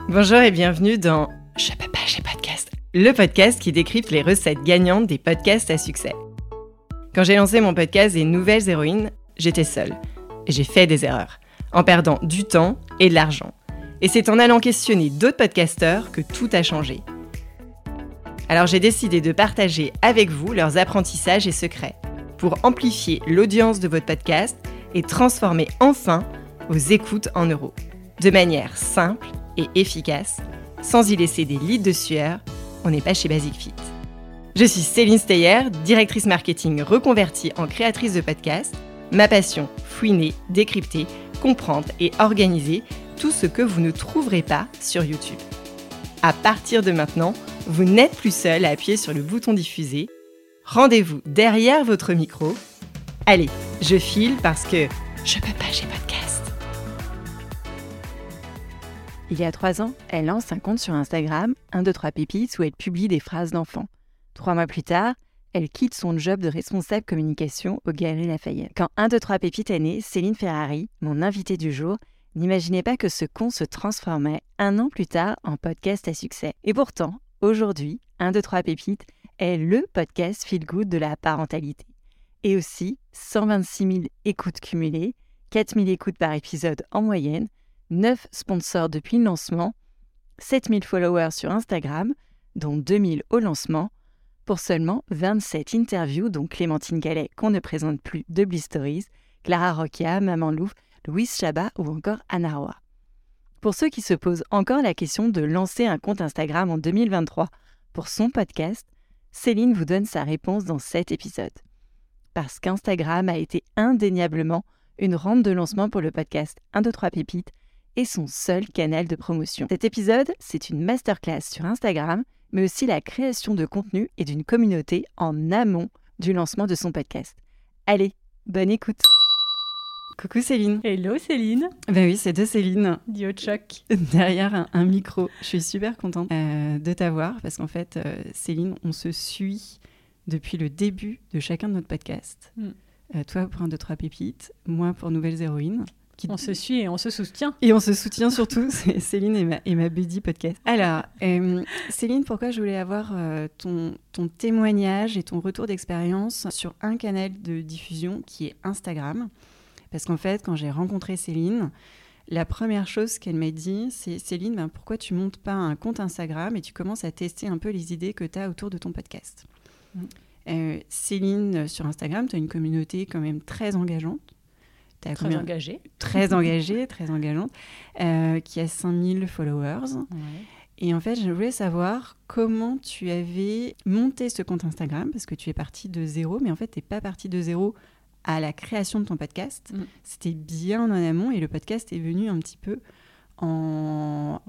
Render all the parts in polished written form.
Bonjour et bienvenue dans Je peux pas, j'ai podcast, le podcast qui décrypte les recettes gagnantes des podcasts à succès. Quand j'ai lancé mon podcast des Nouvelles Héroïnes, j'étais seule. Et j'ai fait des erreurs, en perdant du temps et de l'argent. Et c'est en allant questionner d'autres podcasteurs que tout a changé. Alors j'ai décidé de partager avec vous leurs apprentissages et secrets pour amplifier l'audience de votre podcast et transformer enfin vos écoutes en euros. De manière simple et efficace, sans y laisser des litres de sueur, on n'est pas chez Basic Fit. Je suis Céline Steyer, directrice marketing reconvertie en créatrice de podcast. Ma passion, fouiner, décrypter, comprendre et organiser tout ce que vous ne trouverez pas sur YouTube. À partir de maintenant, vous n'êtes plus seul à appuyer sur le bouton diffuser. Rendez-vous derrière votre micro. Allez, je file parce que je peux pas, j'ai podcast. Il y a 3 ans, elle lance un compte sur Instagram, 123 pépites, où elle publie des phrases d'enfants. 3 mois plus tard, elle quitte son job de responsable communication aux Galeries Lafayette. Quand 123 pépites est né, Céline Ferrari, mon invitée du jour, n'imaginait pas que ce compte se transformait 1 an plus tard en podcast à succès. Et pourtant, aujourd'hui, 123 pépites est le podcast feel good de la parentalité. Et aussi 126 000 écoutes cumulées, 4 000 écoutes par épisode en moyenne, 9 sponsors depuis le lancement, 7 000 followers sur Instagram, dont 2 000 au lancement, pour seulement 27 interviews, dont Clémentine Gallet, qu'on ne présente plus, de Bliss Stories, Clara Rocchia, Maman Louf, Louise Chabat ou encore Anna Roa. Pour ceux qui se posent encore la question de lancer un compte Instagram en 2023 pour son podcast, Céline vous donne sa réponse dans cet épisode. Parce qu'Instagram a été indéniablement une rampe de lancement pour le podcast 123 pépites et son seul canal de promotion. Cet épisode, c'est une masterclass sur Instagram, mais aussi la création de contenu et d'une communauté en amont du lancement de son podcast. Allez, bonne écoute. Coucou Céline. Hello Céline. Ben oui, c'est deux Céline. Dio Chuck. Derrière un micro. Je suis super contente de t'avoir parce qu'en fait, Céline, on se suit depuis le début de chacun de notre podcast. Toi pour 123 pépites, moi pour Nouvelles Héroïnes. On se suit et on se soutient. Et on se soutient surtout, c'est Céline et ma buddy podcast. Alors, Céline, pourquoi je voulais avoir ton témoignage et ton retour d'expérience sur un canal de diffusion qui est Instagram. Parce qu'en fait, quand j'ai rencontré Céline, la première chose qu'elle m'a dit, c'est « Céline, pourquoi tu ne montes pas un compte Instagram et tu commences à tester un peu les idées que tu as autour de ton podcast ?» Céline, sur Instagram, tu as une communauté quand même très engageante. Très engagée. Très engagée, très engageante, qui a 5000 followers. Ouais. Et en fait, je voulais savoir comment tu avais monté ce compte Instagram, parce que tu es partie de zéro, mais en fait, tu n'es pas partie de zéro à la création de ton podcast. C'était bien en amont, et le podcast est venu un petit peu en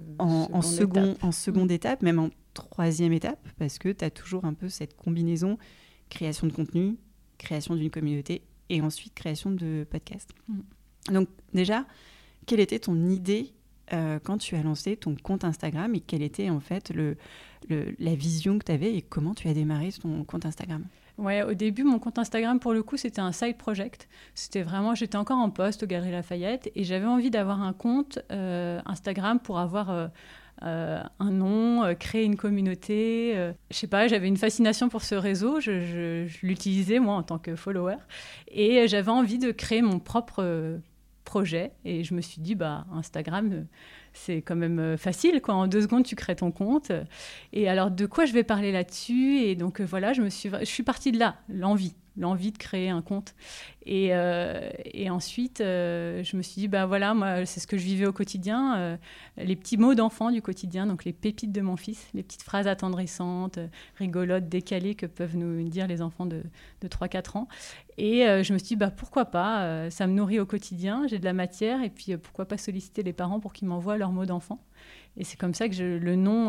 seconde étape, même en 3e étape, parce que tu as toujours un peu cette combinaison création de contenu, création d'une communauté, et ensuite création de podcast. Donc déjà, quelle était ton idée quand tu as lancé ton compte Instagram et quelle était en fait la vision que tu avais et comment tu as démarré ton compte Instagram ? Ouais, au début, mon compte Instagram, pour le coup, c'était un side project. C'était vraiment, j'étais encore en poste aux Galeries Lafayette et j'avais envie d'avoir un compte Instagram pour avoir un nom, créer une communauté. Je sais pas, j'avais une fascination pour ce réseau. Je l'utilisais, moi, en tant que follower. Et j'avais envie de créer mon propre projet. Et je me suis dit, Instagram, c'est quand même facile, quoi. En 2 secondes, tu crées ton compte. Et alors, de quoi je vais parler là-dessus ? Et donc, voilà, je suis partie de là, l'envie de créer un compte. Et ensuite, je me suis dit, voilà, moi, c'est ce que je vivais au quotidien, les petits mots d'enfant du quotidien, donc les pépites de mon fils, les petites phrases attendrissantes, rigolotes, décalées que peuvent nous dire les enfants de 3-4 ans. Et je me suis dit, pourquoi pas, ça me nourrit au quotidien, j'ai de la matière, et puis pourquoi pas solliciter les parents pour qu'ils m'envoient leurs mots d'enfant. Et c'est comme ça que le nom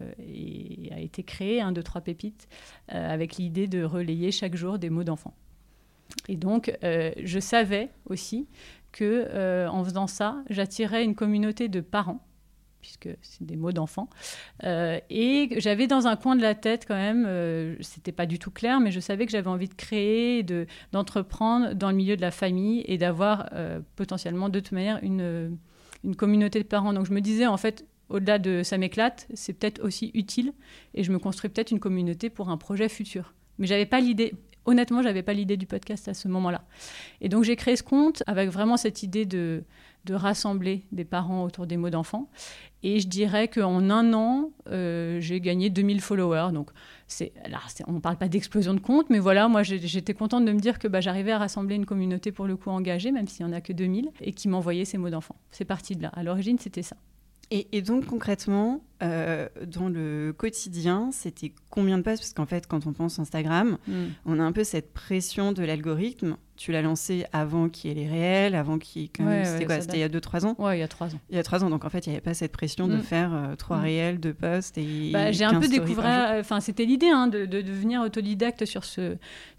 a été créé, 123 pépites, avec l'idée de relayer chaque jour des mots d'enfants. Et donc, je savais aussi qu'en faisant ça, j'attirais une communauté de parents, puisque c'est des mots d'enfants. Et j'avais dans un coin de la tête quand même, c'était pas du tout clair, mais je savais que j'avais envie de créer, d'entreprendre dans le milieu de la famille et d'avoir potentiellement de toute manière une communauté de parents. Donc je me disais, en fait, au-delà de ça m'éclate, c'est peut-être aussi utile et je me construis peut-être une communauté pour un projet futur. Mais j'avais pas l'idée, honnêtement, j'avais pas l'idée du podcast à ce moment-là. Et donc j'ai créé ce compte avec vraiment cette idée de rassembler des parents autour des mots d'enfants. Et je dirais qu'en un an, j'ai gagné 2000 followers. Donc, on ne parle pas d'explosion de compte, mais voilà, moi, j'étais contente de me dire que j'arrivais à rassembler une communauté pour le coup engagée, même s'il n'y en a que 2000, et qui m'envoyait ces mots d'enfants. C'est parti de là. À l'origine, c'était ça. Et donc, concrètement, dans le quotidien, c'était combien de posts ? Parce qu'en fait, quand on pense Instagram, on a un peu cette pression de l'algorithme. Tu l'as lancé avant qu'il y ait les réels, avant qu'il y ait... C'était quoi ? C'était il y a 2-3 ans ? Ouais, il y a 3 ans. Il y a 3 ans, donc en fait, il n'y avait pas cette pression de faire 3 réels, 2 posts et j'ai un peu découvert... Enfin, c'était l'idée de devenir autodidacte sur ce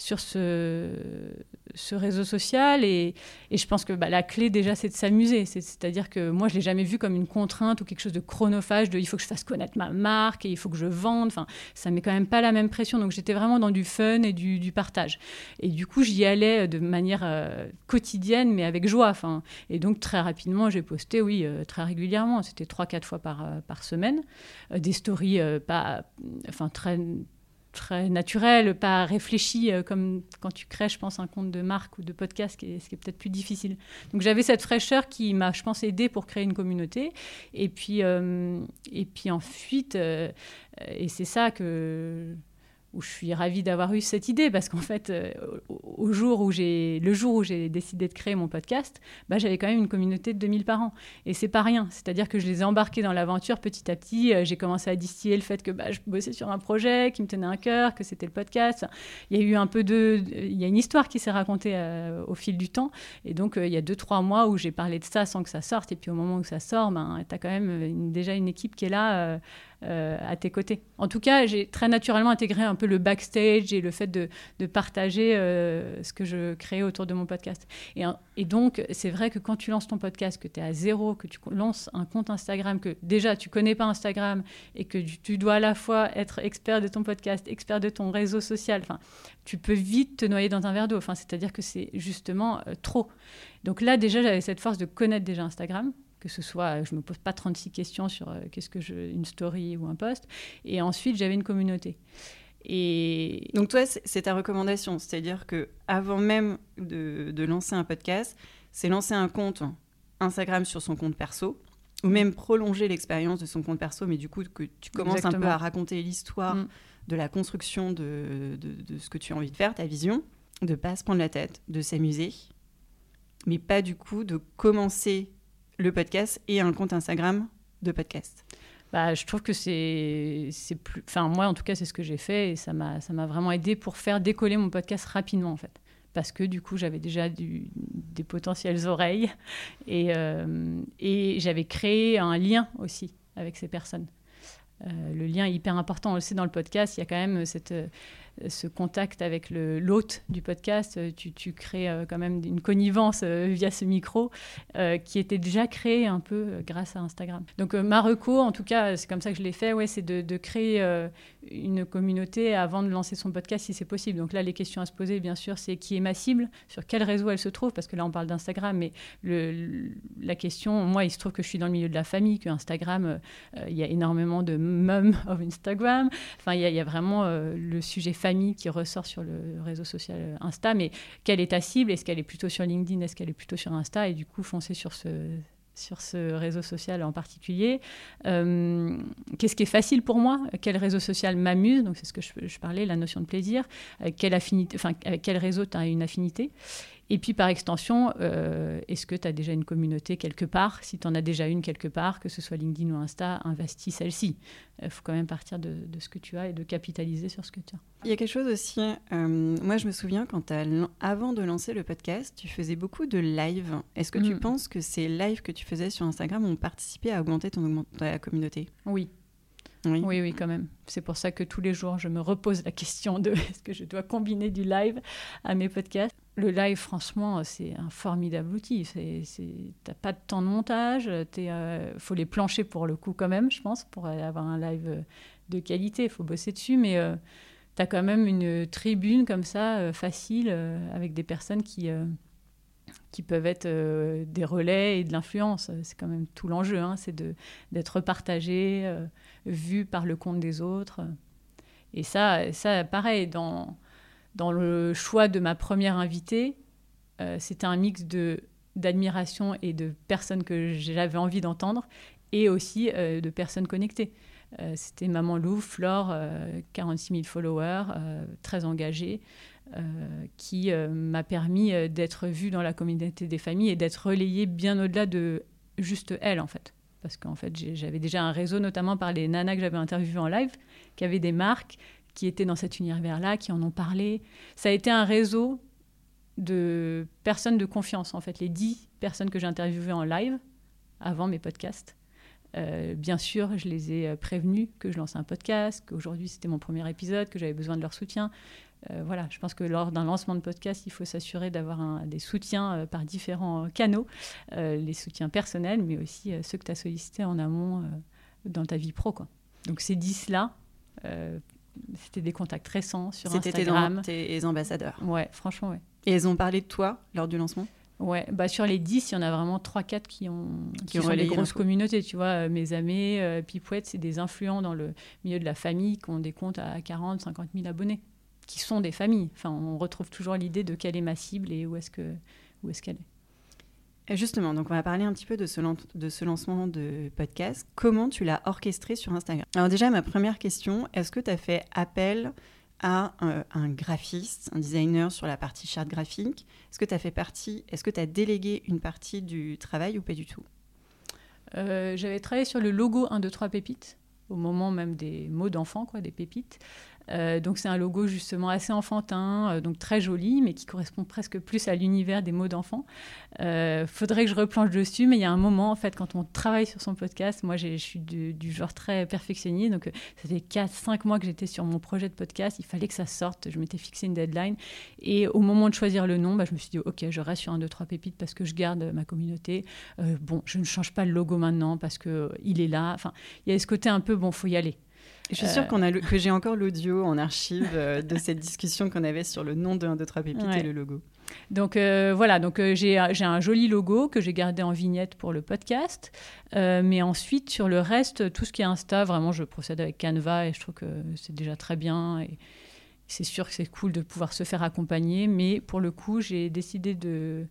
réseau social. Et je pense que la clé, déjà, c'est de s'amuser. C'est-à-dire que moi, je ne l'ai jamais vu comme une contrainte ou quelque chose de chronophage, il faut que je fasse connaître ma marque et il faut que je vende. Enfin, ça ne met quand même pas la même pression. Donc, j'étais vraiment dans du fun et du partage. Et du coup, j'y allais de manière quotidienne, mais avec joie. Enfin, et donc, très rapidement, j'ai posté, très régulièrement. C'était 3-4 fois par semaine. Des stories très naturelles, pas réfléchies, comme quand tu crées, je pense, un compte de marque ou de podcast, ce qui est peut-être plus difficile. Donc, j'avais cette fraîcheur qui m'a, je pense, aidée pour créer une communauté. Et puis ensuite, et c'est ça où je suis ravie d'avoir eu cette idée, parce qu'en fait, le jour où j'ai décidé de créer mon podcast, j'avais quand même une communauté de 2000 parents. Et c'est pas rien. C'est-à-dire que je les ai embarqués dans l'aventure petit à petit. J'ai commencé à distiller le fait que je bossais sur un projet qui me tenait à cœur, que c'était le podcast. Il y a eu il y a une histoire qui s'est racontée au fil du temps. Et donc, il y a 2-3 mois où j'ai parlé de ça sans que ça sorte. Et puis, au moment où ça sort, tu as quand même déjà une équipe qui est là à tes côtés. En tout cas, j'ai très naturellement intégré un peu le backstage et le fait de partager ce que je crée autour de mon podcast. Et donc, c'est vrai que quand tu lances ton podcast, que tu es à zéro, que tu lances un compte Instagram, que déjà tu connais pas Instagram et que tu dois à la fois être expert de ton podcast, expert de ton réseau social, tu peux vite te noyer dans un verre d'eau. C'est-à-dire que c'est justement trop. Donc là, déjà, j'avais cette force de connaître déjà Instagram, que ce soit, je ne me pose pas 36 questions sur une story ou un post. Et ensuite, j'avais une communauté. Et donc toi, c'est ta recommandation, c'est-à-dire qu'avant même de lancer un podcast, c'est lancer un compte Instagram sur son compte perso, ou même prolonger l'expérience de son compte perso, mais du coup, que tu commences un peu à raconter l'histoire de la construction de ce que tu as envie de faire, ta vision, de ne pas se prendre la tête, de s'amuser, mais pas du coup de commencer le podcast et un compte Instagram de podcast. Je trouve que c'est plus... Enfin, moi, en tout cas, c'est ce que j'ai fait et ça m'a vraiment aidé pour faire décoller mon podcast rapidement, en fait. Parce que, du coup, j'avais déjà des potentielles oreilles et j'avais créé un lien aussi avec ces personnes. Le lien est hyper important, on le sait dans le podcast, il y a quand même ce contact avec l'hôte du podcast, tu crées quand même une connivence via ce micro qui était déjà créé un peu grâce à Instagram. Donc ma reco, en tout cas, c'est comme ça que je l'ai fait, c'est de créer une communauté avant de lancer son podcast si c'est possible. Donc là, les questions à se poser, bien sûr, c'est qui est ma cible, sur quel réseau elle se trouve, parce que là, on parle d'Instagram, mais la question, moi, il se trouve que je suis dans le milieu de la famille, que Instagram, il y a énormément de mum of Instagram. Enfin, il y a vraiment le sujet famille qui ressort sur le réseau social Insta, mais quelle est ta cible ? Est-ce qu'elle est plutôt sur LinkedIn ? Est-ce qu'elle est plutôt sur Insta ? Et du coup, foncer sur ce réseau social en particulier. Qu'est-ce qui est facile pour moi ? Quel réseau social m'amuse ? Donc, c'est ce que je parlais, la notion de plaisir. Avec quel réseau tu as une affinité ? Et puis, par extension, est-ce que tu as déjà une communauté quelque part ? Si tu en as déjà une quelque part, que ce soit LinkedIn ou Insta, investis celle-ci. Il faut quand même partir de ce que tu as et de capitaliser sur ce que tu as. Il y a quelque chose aussi, moi je me souviens avant de lancer le podcast, tu faisais beaucoup de live. Est-ce que tu penses que ces lives que tu faisais sur Instagram ont participé à augmenter ta communauté ? Oui. Oui, quand même. C'est pour ça que tous les jours, je me repose la question de est-ce que je dois combiner du live à mes podcasts ? Le live, franchement, c'est un formidable outil. T'as pas de temps de montage, faut les plancher pour le coup quand même, je pense, pour avoir un live de qualité. Il faut bosser dessus, mais t'as quand même une tribune comme ça, facile, avec des personnes qui qui peuvent être des relais et de l'influence. C'est quand même tout l'enjeu, hein, c'est d'être partagé, vu par le compte des autres. Et ça pareil, dans le choix de ma première invitée, c'était un mix d'admiration et de personnes que j'avais envie d'entendre, et aussi de personnes connectées. C'était Maman Lou, Flore, 46 000 followers, très engagée, qui m'a permis d'être vue dans la communauté des familles et d'être relayée bien au-delà de juste elle, en fait. Parce qu'en fait, j'avais déjà un réseau, notamment par les nanas que j'avais interviewées en live, qui avaient des marques, qui étaient dans cet univers-là, qui en ont parlé. Ça a été un réseau de personnes de confiance, en fait. Les 10 personnes que j'ai interviewées en live, avant mes podcasts. Bien sûr, je les ai prévenues que je lançais un podcast, qu'aujourd'hui c'était mon premier épisode, que j'avais besoin de leur soutien. Voilà, je pense que lors d'un lancement de podcast, il faut s'assurer d'avoir des soutiens par différents canaux, les soutiens personnels, mais aussi ceux que tu as sollicités en amont dans ta vie pro, quoi. Donc ces 10-là, c'était des contacts récents sur Instagram. C'était tes ambassadeurs. Ouais, franchement, ouais. Et elles ont parlé de toi lors du lancement ? Ouais, sur les 10, il y en a vraiment 3-4 qui sont des grosses communautés. Tu vois, mes amis, Pipouette, c'est des influents dans le milieu de la famille qui ont des comptes à 40, 50 000 abonnés, qui sont des familles. Enfin, on retrouve toujours l'idée de quelle est ma cible et où est-ce qu'elle est. Et justement, donc on va parler un petit peu de ce lancement de podcast. Comment tu l'as orchestré sur Instagram ? Alors déjà, ma première question, est-ce que tu as fait appel à un graphiste, un designer sur la partie charte graphique ? Est-ce que tu as délégué une partie du travail ou pas du tout ? J'avais travaillé sur le logo 1, 2, 3 pépites, au moment même des mots d'enfant, quoi, des pépites. Donc c'est un logo justement assez enfantin, donc très joli, mais qui correspond presque plus à l'univers des mots d'enfant. Faudrait que je replanche dessus, mais il y a un moment, en fait, quand on travaille sur son podcast, moi je suis du genre très perfectionniste, donc ça fait 4-5 mois que j'étais sur mon projet de podcast, il fallait que ça sorte, je m'étais fixé une deadline, et au moment de choisir le nom, je me suis dit, ok, je reste sur 1, 2, 3 pépites parce que je garde ma communauté. Je ne change pas le logo maintenant parce qu'il est là. Enfin, il y a ce côté un peu, faut y aller. Je suis sûre que j'ai encore l'audio en archive de cette discussion qu'on avait sur le nom de 1, 2, 3 pépites et le logo. Donc voilà, j'ai un joli logo que j'ai gardé en vignette pour le podcast. Mais ensuite, sur le reste, tout ce qui est Insta, vraiment, je procède avec Canva et je trouve que c'est déjà très bien. Et c'est sûr que c'est cool de pouvoir se faire accompagner. Mais pour le coup, j'ai décidé de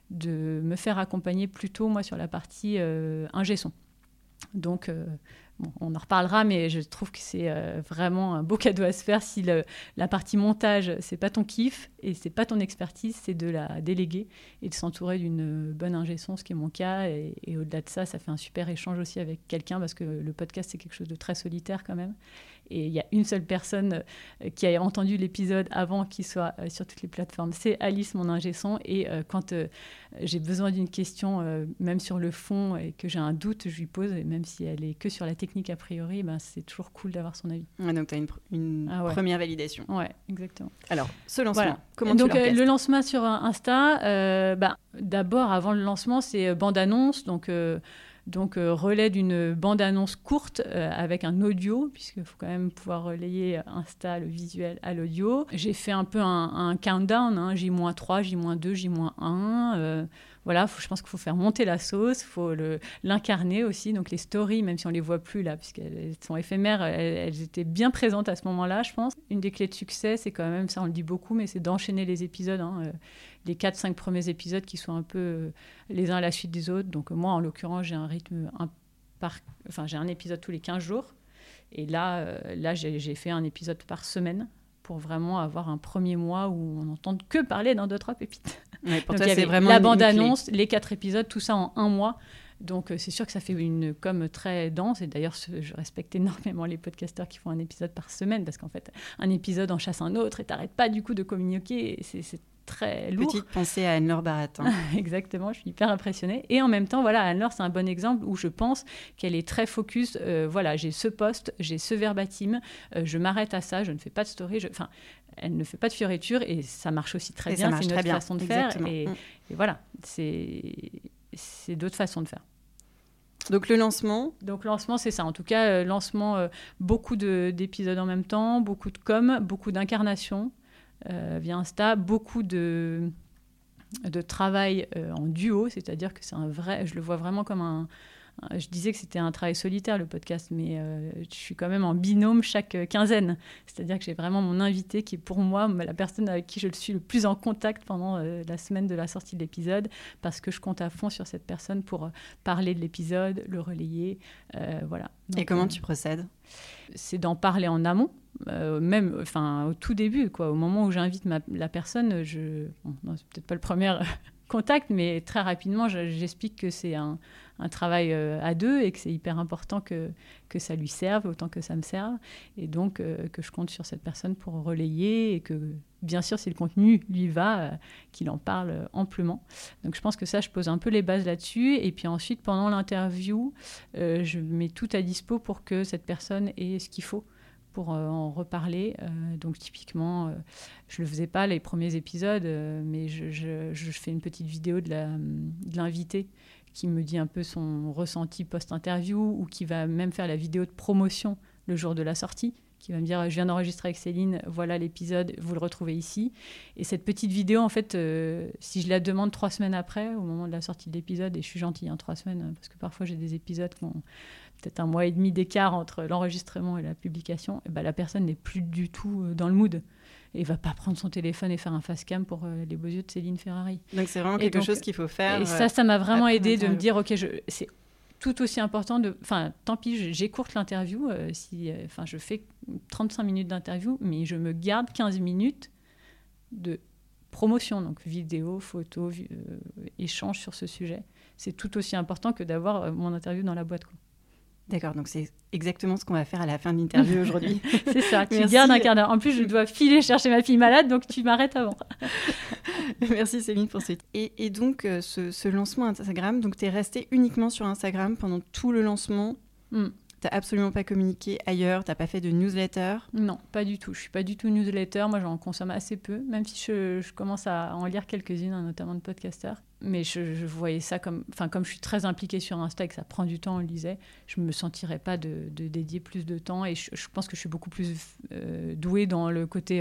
me faire accompagner plutôt, moi, sur la partie ingé son. Donc... on en reparlera, mais je trouve que c'est vraiment un beau cadeau à se faire si la partie montage, c'est pas ton kiff et c'est pas ton expertise, c'est de la déléguer et de s'entourer d'une bonne ingé son, ce qui est mon cas. Et au-delà de ça, ça fait un super échange aussi avec quelqu'un parce que le podcast, c'est quelque chose de très solitaire quand même. Et il y a une seule personne qui a entendu l'épisode avant qu'il soit sur toutes les plateformes. C'est Alice, mon ingé son. Et quand j'ai besoin d'une question, même sur le fond, et que j'ai un doute, je lui pose. Et même si elle est que sur la technique a priori, c'est toujours cool d'avoir son avis. Ouais, donc tu as une première validation. Ouais, exactement. Alors, ce lancement, voilà. Comment tu l'orchestres ? Le lancement sur Insta, d'abord, avant le lancement, c'est bande-annonce. Donc, relais d'une bande-annonce courte avec un audio, puisqu'il faut quand même pouvoir relayer Insta, le visuel, à l'audio. J'ai fait un peu un countdown, J-3, J-2, J-1. Voilà, je pense qu'il faut faire monter la sauce, il faut l'incarner aussi. Donc les stories, même si on ne les voit plus là, puisqu'elles sont éphémères, elles étaient bien présentes à ce moment-là, je pense. Une des clés de succès, c'est quand même, ça on le dit beaucoup, mais c'est d'enchaîner les épisodes. Les 4-5 premiers épisodes qui sont un peu les uns à la suite des autres. Donc moi, en l'occurrence, j'ai un rythme, j'ai un épisode tous les 15 jours. Et là j'ai fait un épisode par semaine pour vraiment avoir un premier mois où on n'entend que parler d'un 2, 3 pépites. Ouais, pour Donc toi, il y avait c'est vraiment la bande-annonce, les 4 épisodes, tout ça en un mois. Donc c'est sûr que ça fait une com très dense. Et d'ailleurs, je respecte énormément les podcasteurs qui font un épisode par semaine parce qu'en fait, un épisode en chasse un autre et t'arrêtes pas du coup de communiquer. C'est très lourd. Petite pensée à Anne-Laure Barat. Exactement, je suis hyper impressionnée. Et en même temps, voilà, Anne-Laure, c'est un bon exemple où je pense qu'elle est très focus. J'ai ce post, j'ai ce verbatim, je m'arrête à ça, je ne fais pas de story. Elle ne fait pas de fioriture et ça marche aussi très bien. C'est notre façon de faire. Et voilà, c'est d'autres façons de faire. Donc le lancement, c'est ça. En tout cas, lancement, beaucoup d'épisodes en même temps, beaucoup de com, beaucoup d'incarnation. Via Insta, beaucoup de de travail en duo, c'est-à-dire que c'est un vrai, je le vois vraiment comme je disais que c'était un travail solitaire le podcast, mais je suis quand même en binôme chaque quinzaine. C'est-à-dire que j'ai vraiment mon invité qui est pour moi la personne avec qui je suis le plus en contact pendant la semaine de la sortie de l'épisode, parce que je compte à fond sur cette personne pour parler de l'épisode, le relayer. Voilà. Donc, et comment tu procèdes ? C'est d'en parler en amont. Même au tout début, quoi, au moment où j'invite la personne, non, c'est peut-être pas le premier contact, mais très rapidement, j'explique que c'est un travail à deux et que c'est hyper important que ça lui serve autant que ça me serve. Et donc, que je compte sur cette personne pour relayer et que, bien sûr, si le contenu lui va, qu'il en parle amplement. Donc, je pense que ça, je pose un peu les bases là-dessus. Et puis ensuite, pendant l'interview, je mets tout à dispo pour que cette personne ait ce qu'il faut pour en reparler. Donc typiquement, je ne le faisais pas les premiers épisodes, mais je fais une petite vidéo de l'invité qui me dit un peu son ressenti post-interview ou qui va même faire la vidéo de promotion le jour de la sortie, qui va me dire « Je viens d'enregistrer avec Céline, voilà l'épisode, vous le retrouvez ici ». Et cette petite vidéo, en fait, si je la demande 3 semaines après, au moment de la sortie de l'épisode, et je suis gentille, 3 semaines, parce que parfois j'ai des épisodes qui ont peut-être 1 mois et demi d'écart entre l'enregistrement et la publication, et la personne n'est plus du tout dans le mood. Et ne va pas prendre son téléphone et faire un face cam pour les beaux yeux de Céline Ferrari. Donc c'est vraiment quelque chose qu'il faut faire. Et ça m'a vraiment aidé de me dire, ok, c'est tout aussi important de... Enfin, tant pis, j'écourte l'interview. Je fais 35 minutes d'interview, mais je me garde 15 minutes de promotion, donc vidéo, photo, échange sur ce sujet. C'est tout aussi important que d'avoir mon interview dans la boîte, quoi. D'accord, donc c'est exactement ce qu'on va faire à la fin de l'interview aujourd'hui. C'est ça, tu gardes un quart d'heure. En plus, je dois filer chercher ma fille malade, donc tu m'arrêtes avant. Merci Céline pour ce... Et donc, ce lancement Instagram, donc tu es restée uniquement sur Instagram pendant tout le lancement. Tu n'as absolument pas communiqué ailleurs, tu n'as pas fait de newsletter? Non, pas du tout. Je ne suis pas du tout newsletter. Moi, j'en consomme assez peu, même si je commence à en lire quelques-unes, notamment de podcasteurs. Mais je voyais ça comme je suis très impliquée sur Insta et que ça prend du temps, on le disait, je ne me sentirais pas de dédier plus de temps. Et je pense que je suis beaucoup plus douée dans le côté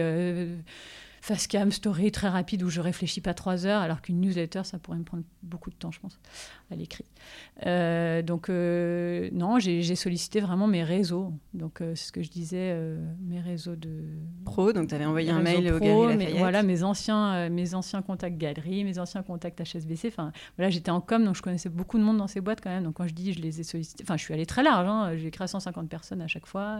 face cam, story, très rapide, où je ne réfléchis pas 3 heures, alors qu'une newsletter, ça pourrait me prendre beaucoup de temps, je pense, à l'écrit. Non, j'ai sollicité vraiment mes réseaux. Donc, c'est ce que je disais, mes réseaux de... Pro, donc tu avais envoyé un mail au Galeries Lafayette. Voilà, mes anciens contacts galeries, mes anciens contacts HSBC. Enfin, voilà, j'étais en com, donc je connaissais beaucoup de monde dans ces boîtes quand même. Donc, quand je dis je les ai sollicités... Enfin, je suis allée très large, hein, j'ai écrit à 150 personnes à chaque fois.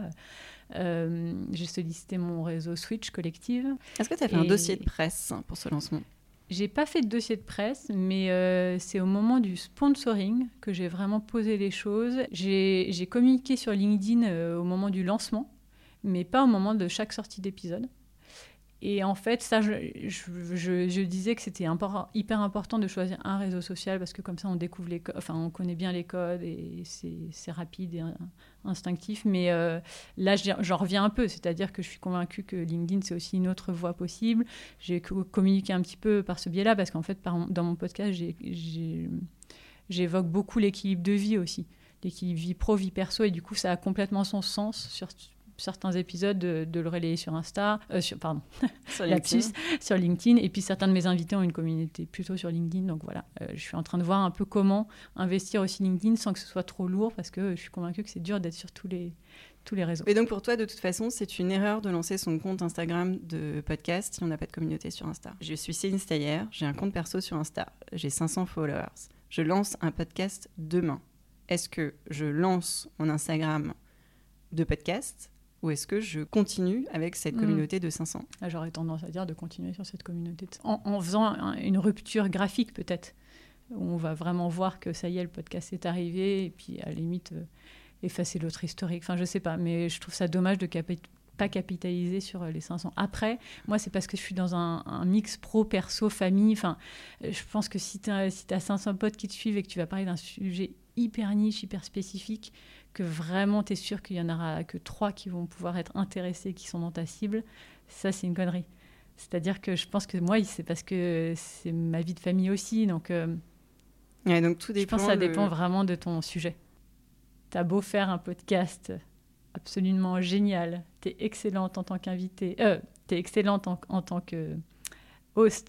J'ai sollicité mon réseau Switch Collective. Est-ce que tu as fait un dossier de presse pour ce lancement? J'ai pas fait de dossier de presse, mais c'est au moment du sponsoring que j'ai vraiment posé les choses. J'ai communiqué sur LinkedIn au moment du lancement, mais pas au moment de chaque sortie d'épisode. Et en fait, ça, je disais que c'était hyper important de choisir un réseau social parce que comme ça, on découvre on connaît bien les codes et c'est rapide et instinctif. Mais là, j'en reviens un peu, c'est-à-dire que je suis convaincue que LinkedIn, c'est aussi une autre voie possible. J'ai communiqué un petit peu par ce biais-là parce qu'en fait, dans mon podcast, j'évoque beaucoup l'équilibre de vie aussi, l'équilibre vie pro, vie perso, et du coup, ça a complètement son sens sur certains épisodes de le relayer sur Insta, sur LinkedIn. Et puis certains de mes invités ont une communauté plutôt sur LinkedIn. Donc voilà, je suis en train de voir un peu comment investir aussi LinkedIn sans que ce soit trop lourd, parce que je suis convaincue que c'est dur d'être sur tous les réseaux. Et donc pour toi, de toute façon, c'est une erreur de lancer son compte Instagram de podcast si on n'a pas de communauté sur Insta. Je suis Céline Steyer, j'ai un compte perso sur Insta, j'ai 500 followers. Je lance un podcast demain. Est-ce que je lance mon Instagram de podcast ou est-ce que je continue avec cette communauté de 500? Là, j'aurais tendance à dire de continuer sur cette communauté. En faisant une rupture graphique, peut-être, où on va vraiment voir que ça y est, le podcast est arrivé, et puis à la limite, effacer l'autre historique. Enfin, je sais pas, mais je trouve ça dommage de pas capitaliser sur les 500. Après, moi, c'est parce que je suis dans un mix pro, perso, famille. Enfin, je pense que si tu as 500 potes qui te suivent et que tu vas parler d'un sujet hyper niche, hyper spécifique, que vraiment tu es sûr qu'il n'y en aura que 3 qui vont pouvoir être intéressés, qui sont dans ta cible, ça c'est une connerie. C'est-à-dire que je pense que moi, c'est parce que c'est ma vie de famille aussi, donc, donc tout dépend. Je pense que ça dépend vraiment de ton sujet. T'as beau faire un podcast absolument génial, t'es excellente en tant qu'invitée, t'es excellente en tant que host,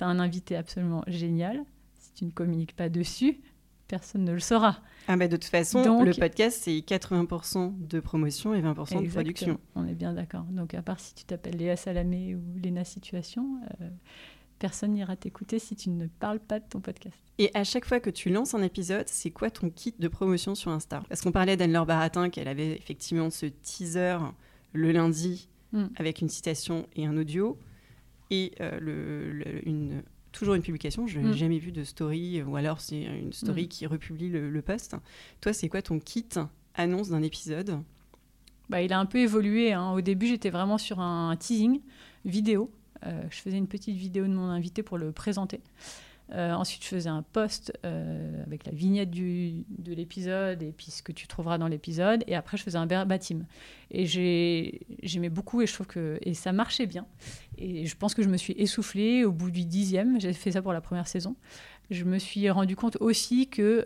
tu as un invité absolument génial, si tu ne communiques pas dessus, personne ne le saura. Ah bah de toute façon, Donc, le podcast, c'est 80% de promotion et 20% de production. On est bien d'accord. Donc, à part si tu t'appelles Léa Salamé ou Léna Situation, personne n'ira t'écouter si tu ne parles pas de ton podcast. Et à chaque fois que tu lances un épisode, c'est quoi ton kit de promotion sur Insta? Parce qu'on parlait d'Anne-Laure Baratin, qu'elle avait effectivement ce teaser le lundi avec une citation et un audio. Et toujours une publication, je n'ai jamais vu de story, ou alors c'est une story qui republie le post. Toi, c'est quoi ton kit annonce d'un épisode? Il a un peu évolué. Au début, j'étais vraiment sur un teasing vidéo. Je faisais une petite vidéo de mon invité pour le présenter. Ensuite, je faisais un post avec la vignette de l'épisode et puis ce que tu trouveras dans l'épisode. Et après, je faisais un verbatim. Et j'aimais beaucoup et je trouve que ça marchait bien. Et je pense que je me suis essoufflée au bout du 10e. J'ai fait ça pour la première saison. Je me suis rendu compte aussi que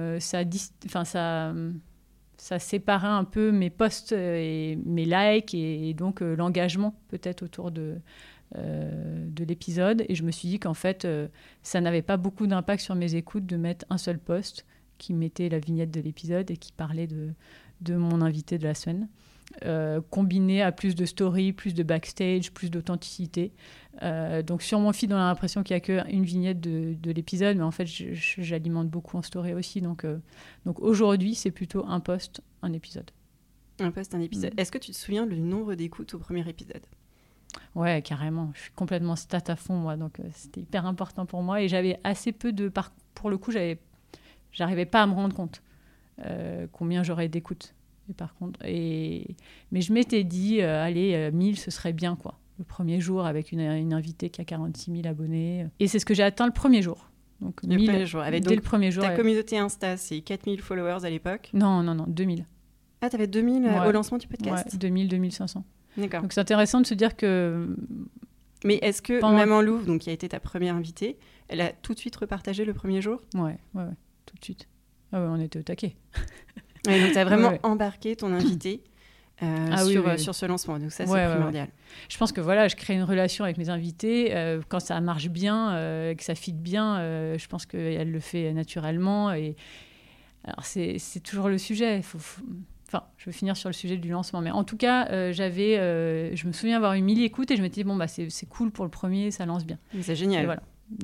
ça séparait un peu mes posts et mes likes et donc l'engagement peut-être autour de l'épisode. Et je me suis dit qu'en fait, ça n'avait pas beaucoup d'impact sur mes écoutes de mettre un seul post qui mettait la vignette de l'épisode et qui parlait de mon invité de la semaine. Combiné à plus de story, plus de backstage, plus d'authenticité. Donc sur mon feed, on a l'impression qu'il n'y a qu'une vignette de l'épisode, mais en fait, j'alimente beaucoup en story aussi. Donc aujourd'hui, c'est plutôt un post, un épisode. Un post, un épisode. Est-ce que tu te souviens le nombre d'écoutes au premier épisode? Ouais, carrément. Je suis complètement stat à fond, moi. Donc c'était hyper important pour moi. Et j'avais assez peu pour le coup, j'arrivais pas à me rendre compte combien j'aurais d'écoutes. Et par contre, mais je m'étais dit, allez, 1000, ce serait bien, quoi. Le premier jour, avec une invitée qui a 46 000 abonnés. Et c'est ce que j'ai atteint le premier jour. Donc, le premier jour. Dès le premier jour. Ta communauté Insta, c'est 4000 followers à l'époque? Non, 2000. Ah, t'avais 2000 au lancement du podcast? Ouais, 2500. D'accord. Donc c'est intéressant de se dire que... Mais est-ce que Maman Louve, donc, qui a été ta première invitée, elle a tout de suite repartagé le premier jour? Ouais, tout de suite. Ah ouais, on était au taquet. Ouais, donc tu as vraiment embarqué ton invité sur ce lancement. Donc ça, c'est primordial. Ouais. Je pense que je crée une relation avec mes invités. Quand ça marche bien, que ça fit bien, je pense qu'elle le fait naturellement. Et... Alors, c'est toujours le sujet. Enfin, je vais finir sur le sujet du lancement. Mais en tout cas, je me souviens avoir eu 1000 écoutes et je m'étais dit, c'est cool pour le premier, ça lance bien. C'est génial. Et voilà.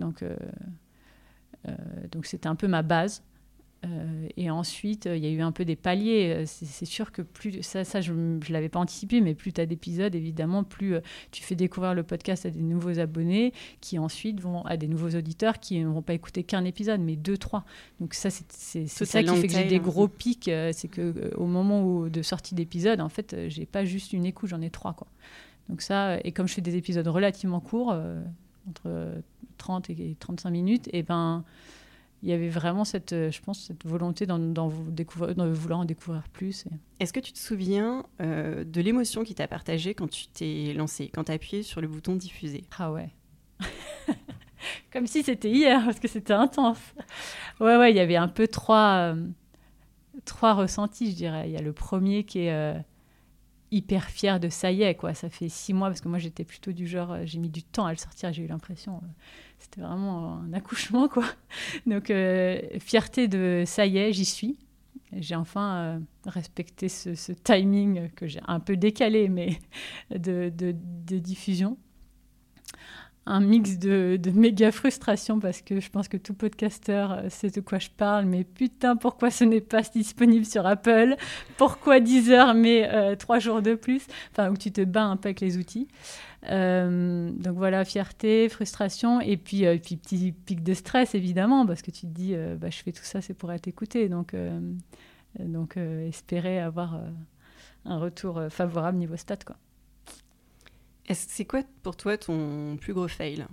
Donc, c'était un peu ma base. Et ensuite, il y a eu un peu des paliers. C'est sûr que plus ça je ne l'avais pas anticipé, mais plus tu as d'épisodes, évidemment, plus tu fais découvrir le podcast à des nouveaux abonnés qui ensuite vont à des nouveaux auditeurs qui ne vont pas écouter qu'un épisode, mais 2, 3. Donc ça, c'est ça qui fait que j'ai des gros pics. C'est qu'au moment de sortie d'épisode, en fait, j'ai pas juste une écoute, j'en ai 3, quoi. Donc ça, et comme je fais des épisodes relativement courts, entre 30 et 35 minutes, et ben... Il y avait vraiment cette volonté de vouloir en découvrir plus. Est-ce que tu te souviens de l'émotion qui t'a partagée quand tu t'es lancée, quand tu as appuyé sur le bouton diffuser? Ah ouais. Comme si c'était hier, parce que c'était intense. Ouais, il y avait un peu trois ressentis, je dirais. Il y a le premier qui est hyper fier de ça y est, quoi. Ça fait 6 mois, parce que moi, j'étais plutôt du genre, j'ai mis du temps à le sortir, j'ai eu l'impression... C'était vraiment un accouchement, quoi. Donc, fierté de ça y est, j'y suis. J'ai enfin respecté ce timing que j'ai un peu décalé, mais de diffusion. Un mix de méga frustration, parce que je pense que tout podcasteur sait de quoi je parle, mais putain, pourquoi ce n'est pas disponible sur Apple? Pourquoi Deezer met 3 jours de plus? Enfin, où tu te bats un peu avec les outils. Donc voilà, fierté, frustration, et puis petit pic de stress, évidemment, parce que tu te dis, je fais tout ça, c'est pour être écouté. Donc espérer avoir un retour favorable niveau stat, quoi. C'est quoi pour toi ton plus gros fail?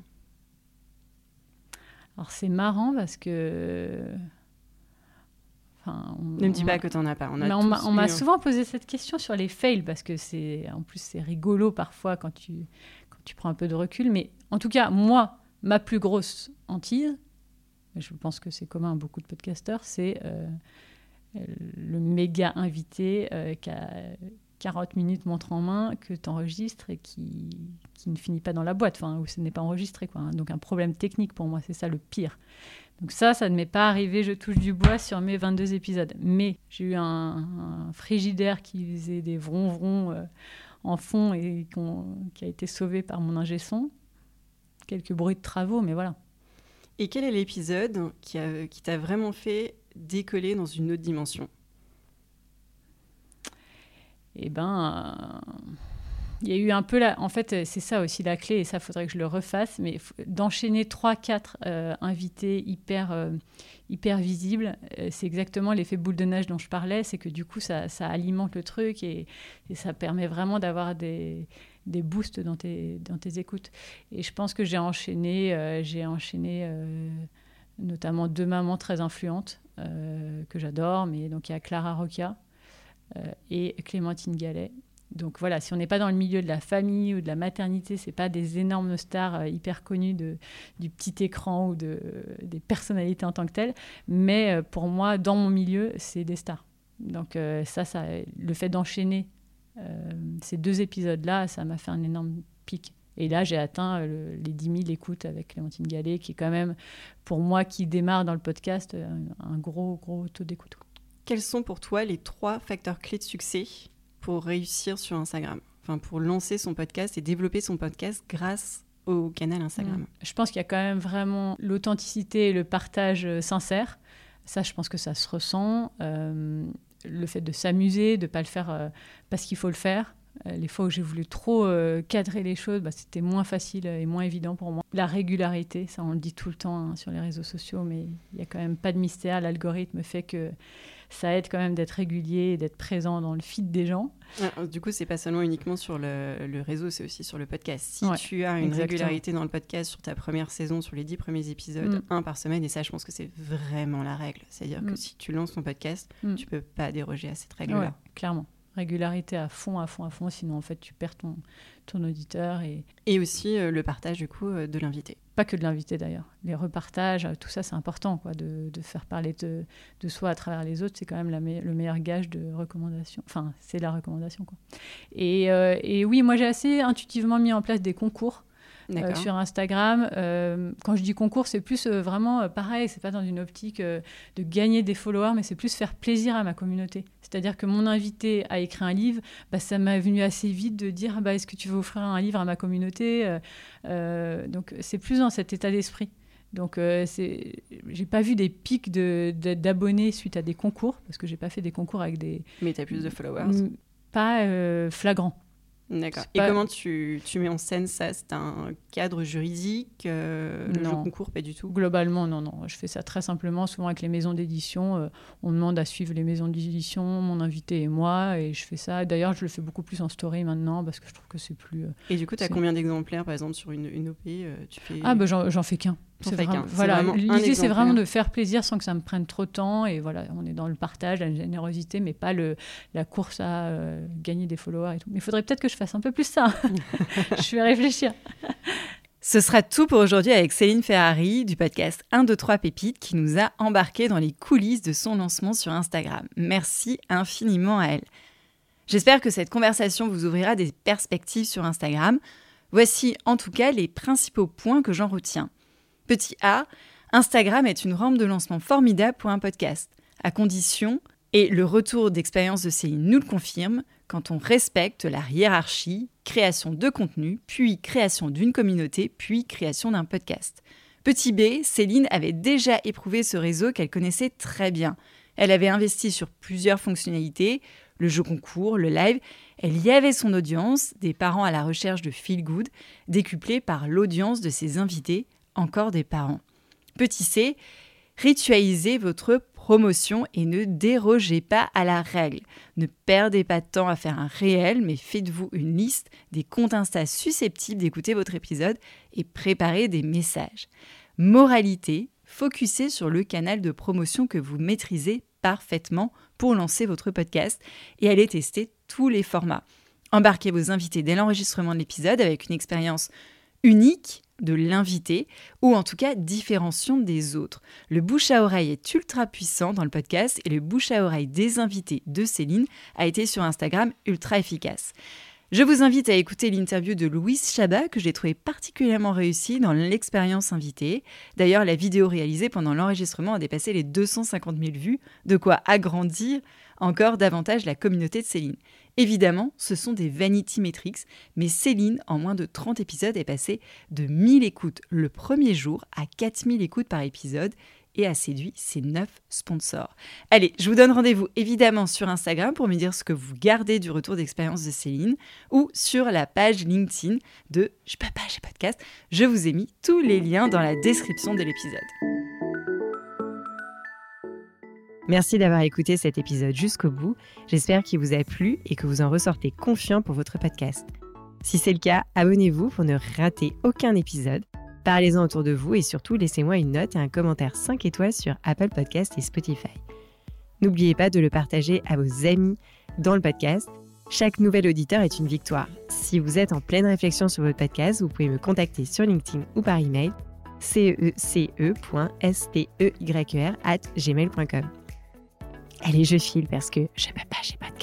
Alors c'est marrant parce que... Ne me dis pas que t'en as pas. On m'a souvent posé cette question sur les fails parce que c'est rigolo parfois quand tu prends un peu de recul. Mais en tout cas, moi, ma plus grosse hantise, je pense que c'est commun à beaucoup de podcasteurs, c'est le méga invité 40 minutes montre en main que tu enregistres et qui ne finit pas dans la boîte, où ce n'est pas enregistré, quoi. Donc un problème technique pour moi, c'est ça le pire. Donc ça ne m'est pas arrivé, je touche du bois sur mes 22 épisodes. Mais j'ai eu un frigidaire qui faisait des vrons en fond et qui a été sauvé par mon ingé son. Quelques bruits de travaux, mais voilà. Et quel est l'épisode qui t'a vraiment fait décoller dans une autre dimension ? Eh ben, il y a eu un peu en fait, c'est ça aussi la clé, et ça, faudrait que je le refasse, mais d'enchaîner 3-4 invités hyper visibles, c'est exactement l'effet boule de neige dont je parlais, c'est que du coup, ça alimente le truc et ça permet vraiment d'avoir des boosts dans tes écoutes. Et je pense que j'ai enchaîné notamment 2 mamans très influentes que j'adore, mais donc il y a Clara Rocca et Clémentine Gallet. Donc voilà, si on n'est pas dans le milieu de la famille ou de la maternité, c'est pas des énormes stars hyper connues du petit écran ou des personnalités en tant que telles, mais pour moi, dans mon milieu, c'est des stars. Donc ça, le fait d'enchaîner ces 2 épisodes-là, ça m'a fait un énorme pic. Et là, j'ai atteint les 10 000 écoutes avec Clémentine Gallet, qui est quand même, pour moi, qui démarre dans le podcast, un gros taux d'écoute. Quels sont pour toi les 3 facteurs clés de succès pour réussir sur Instagram ? Pour lancer son podcast et développer son podcast grâce au canal Instagram. Je pense qu'il y a quand même vraiment l'authenticité et le partage sincère. Ça, je pense que ça se ressent. Le fait de s'amuser, de ne pas le faire parce qu'il faut le faire. Les fois où j'ai voulu trop cadrer les choses, c'était moins facile et moins évident pour moi. La régularité, ça on le dit tout le temps sur les réseaux sociaux, mais il n'y a quand même pas de mystère. L'algorithme fait que ça aide quand même d'être régulier et d'être présent dans le feed des gens. Du coup, c'est pas seulement uniquement sur le réseau, c'est aussi sur le podcast. Si tu as une régularité dans le podcast sur ta première saison, sur les 10 premiers épisodes, 1 par semaine, et ça, je pense que c'est vraiment la règle. C'est-à-dire que si tu lances ton podcast, tu peux pas déroger à cette règle-là. Ouais, clairement. Régularité à fond, sinon en fait tu perds ton auditeur. Et aussi le partage du coup de l'invité. Pas que de l'invité d'ailleurs, les repartages, tout ça c'est important, quoi, de faire parler de soi à travers les autres, c'est quand même le meilleur gage de recommandation, c'est la recommandation, quoi. Et oui, moi j'ai assez intuitivement mis en place des concours sur Instagram. Quand je dis concours, c'est plus vraiment pareil, c'est pas dans une optique de gagner des followers, mais c'est plus faire plaisir à ma communauté. C'est-à-dire que mon invité a écrit un livre, ça m'a venu assez vite de dire est-ce que tu veux offrir un livre à ma communauté donc c'est plus dans cet état d'esprit. Donc j'ai pas vu des pics d'abonnés suite à des concours, parce que j'ai pas fait des concours avec des... Mais tu as plus de followers. Pas flagrant. D'accord. Et comment tu mets en scène ça ? C'est un cadre juridique le jeu concours, pas du tout ? Globalement, non. Je fais ça très simplement. Souvent avec les maisons d'édition, on demande à suivre les maisons d'édition, mon invité et moi, et je fais ça. D'ailleurs, je le fais beaucoup plus en story maintenant, parce que je trouve que c'est plus... Et du coup, tu as combien d'exemplaires, par exemple, sur une OP tu fais... J'en fais qu'un. L'idée, c'est vraiment de faire plaisir sans que ça me prenne trop de temps. Et voilà, on est dans le partage, la générosité, mais pas la course à gagner des followers et tout. Mais il faudrait peut-être que je fasse un peu plus ça. Je vais réfléchir. Ce sera tout pour aujourd'hui avec Céline Ferrari du podcast 1, 2, 3 Pépites qui nous a embarqués dans les coulisses de son lancement sur Instagram. Merci infiniment à elle. J'espère que cette conversation vous ouvrira des perspectives sur Instagram. Voici en tout cas les principaux points que j'en retiens. Petit A, Instagram est une rampe de lancement formidable pour un podcast, à condition, et le retour d'expérience de Céline nous le confirme, quand on respecte la hiérarchie, création de contenu, puis création d'une communauté, puis création d'un podcast. Petit B, Céline avait déjà éprouvé ce réseau qu'elle connaissait très bien. Elle avait investi sur plusieurs fonctionnalités, le jeu concours, le live. Elle y avait son audience, des parents à la recherche de feel good, décuplée par l'audience de ses invités, encore des parents. Petit C, ritualisez votre promotion et ne dérogez pas à la règle. Ne perdez pas de temps à faire un réel, mais faites-vous une liste des comptes Insta susceptibles d'écouter votre épisode et préparez des messages. Moralité, focussez sur le canal de promotion que vous maîtrisez parfaitement pour lancer votre podcast et allez tester tous les formats. Embarquez vos invités dès l'enregistrement de l'épisode avec une expérience unique de l'invité, ou en tout cas différenciant des autres. Le bouche à oreille est ultra puissant dans le podcast et le bouche à oreille des invités de Céline a été sur Instagram ultra efficace. Je vous invite à écouter l'interview de Louise Chabat que j'ai trouvé particulièrement réussie dans l'expérience invitée. D'ailleurs, la vidéo réalisée pendant l'enregistrement a dépassé les 250 000 vues, de quoi agrandir encore davantage la communauté de Céline. Évidemment, ce sont des vanity metrics, mais Céline, en moins de 30 épisodes, est passée de 1000 écoutes le premier jour à 4000 écoutes par épisode et a séduit ses 9 sponsors. Allez, je vous donne rendez-vous évidemment sur Instagram pour me dire ce que vous gardez du retour d'expérience de Céline ou sur la page LinkedIn de Je peux pas, j'ai podcast. Je vous ai mis tous les liens dans la description de l'épisode. Merci d'avoir écouté cet épisode jusqu'au bout. J'espère qu'il vous a plu et que vous en ressortez confiant pour votre podcast. Si c'est le cas, abonnez-vous pour ne rater aucun épisode. Parlez-en autour de vous et surtout laissez-moi une note et un commentaire 5 étoiles sur Apple Podcasts et Spotify. N'oubliez pas de le partager à vos amis dans le podcast. Chaque nouvel auditeur est une victoire. Si vous êtes en pleine réflexion sur votre podcast, vous pouvez me contacter sur LinkedIn ou par email cece.steyr@gmail.com. Allez, je file parce que je peux pas, j'ai pas de